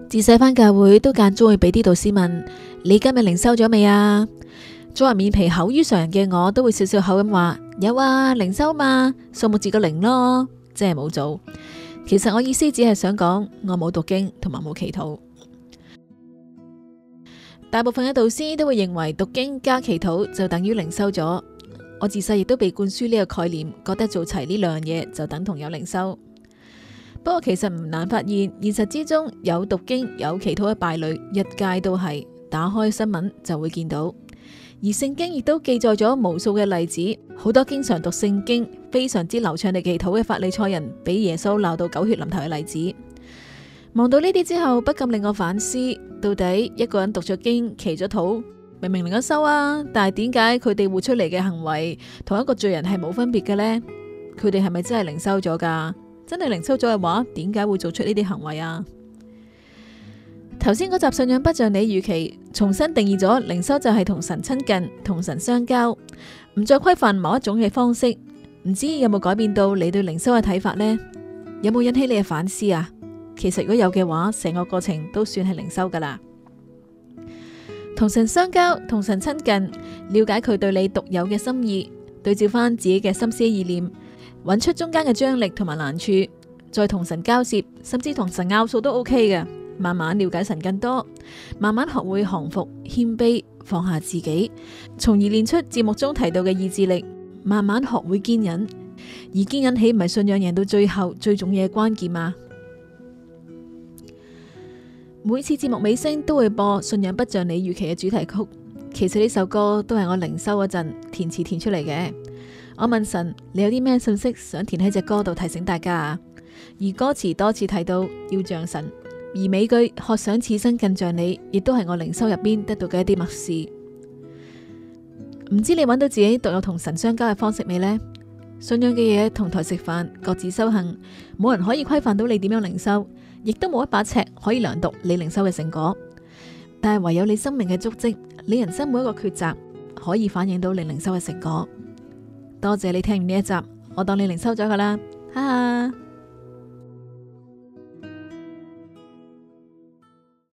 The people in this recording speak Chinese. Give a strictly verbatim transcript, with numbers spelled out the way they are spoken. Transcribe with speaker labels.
Speaker 1: 自細返教會都間中會俾啲導師問你今日靈修咗未啊？作為面皮厚於常人嘅我，都會笑笑口咁話有啊，靈修嘛，數目字個零咯，即係冇做。其實我意思只係想講我冇讀經同埋冇祈禱。大部分嘅導師都會認為讀經加祈禱就等於靈修咗。我自細亦都被灌輸呢個概念，覺得做齊呢兩樣嘢就等同有靈修。不過其實唔難發現，現實之中有讀經有祈禱嘅敗類一街都係，打開新聞就會見到。而聖經亦都記載咗無數嘅例子，好多經常讀聖經非常之流暢地祈禱嘅法利賽人，俾耶穌鬧到狗血淋頭嘅例子。望到呢啲之後，不禁令我反思，到底一個人讀咗經祈咗禱，明明靈咗修啊，但係點解佢哋活出嚟嘅行為同一個罪人係冇分別嘅呢？佢哋係咪真係靈修咗噶？真係靈修咗嘅話，點解會做出呢啲行為啊？頭先嗰集信仰不像你預期，重新定義咗靈修就係同神親近，同神相交，唔再規範某一種嘅方式。唔知有冇改變到你對靈修嘅睇法呢？有冇引起你嘅反思啊？其實如果有嘅話，成個過程都算係靈修噶啦。同神相交，同神親近，了解佢對你獨有嘅心意，對照翻自己嘅心思意念，揾出中間嘅張力同埋難處，再同神交涉，甚至同神拗數都 OK 嘅。慢慢了解神更多，慢慢學會降服、謙卑、放下自己，從而練出節目中提到嘅意志力。慢慢學會堅忍，而堅忍豈唔係信仰贏到最後最重要嘅關鍵嗎？每次節目尾聲都會播《信仰不像你預期》嘅主題曲，其實呢首歌都係我靈修嗰陣填詞填出嚟嘅。我問神，你有啲咩信息想填喺隻歌度提醒大家啊？而歌詞多次提到要像神，而尾句渴想此生更像你，亦都係我靈修入邊得到嘅一啲默示。唔知你揾到自己獨有同神相交嘅方式未呢？信仰嘅嘢同台食飯，各自修行，冇人可以規範到你點樣靈修，亦都冇一把尺可以量度你靈修嘅成果。但係唯有你生命嘅足跡，你人生每一個抉擇，可以反映到你靈修嘅成果。多謝你聽完呢一集，我當你靈修咗噶啦，哈哈。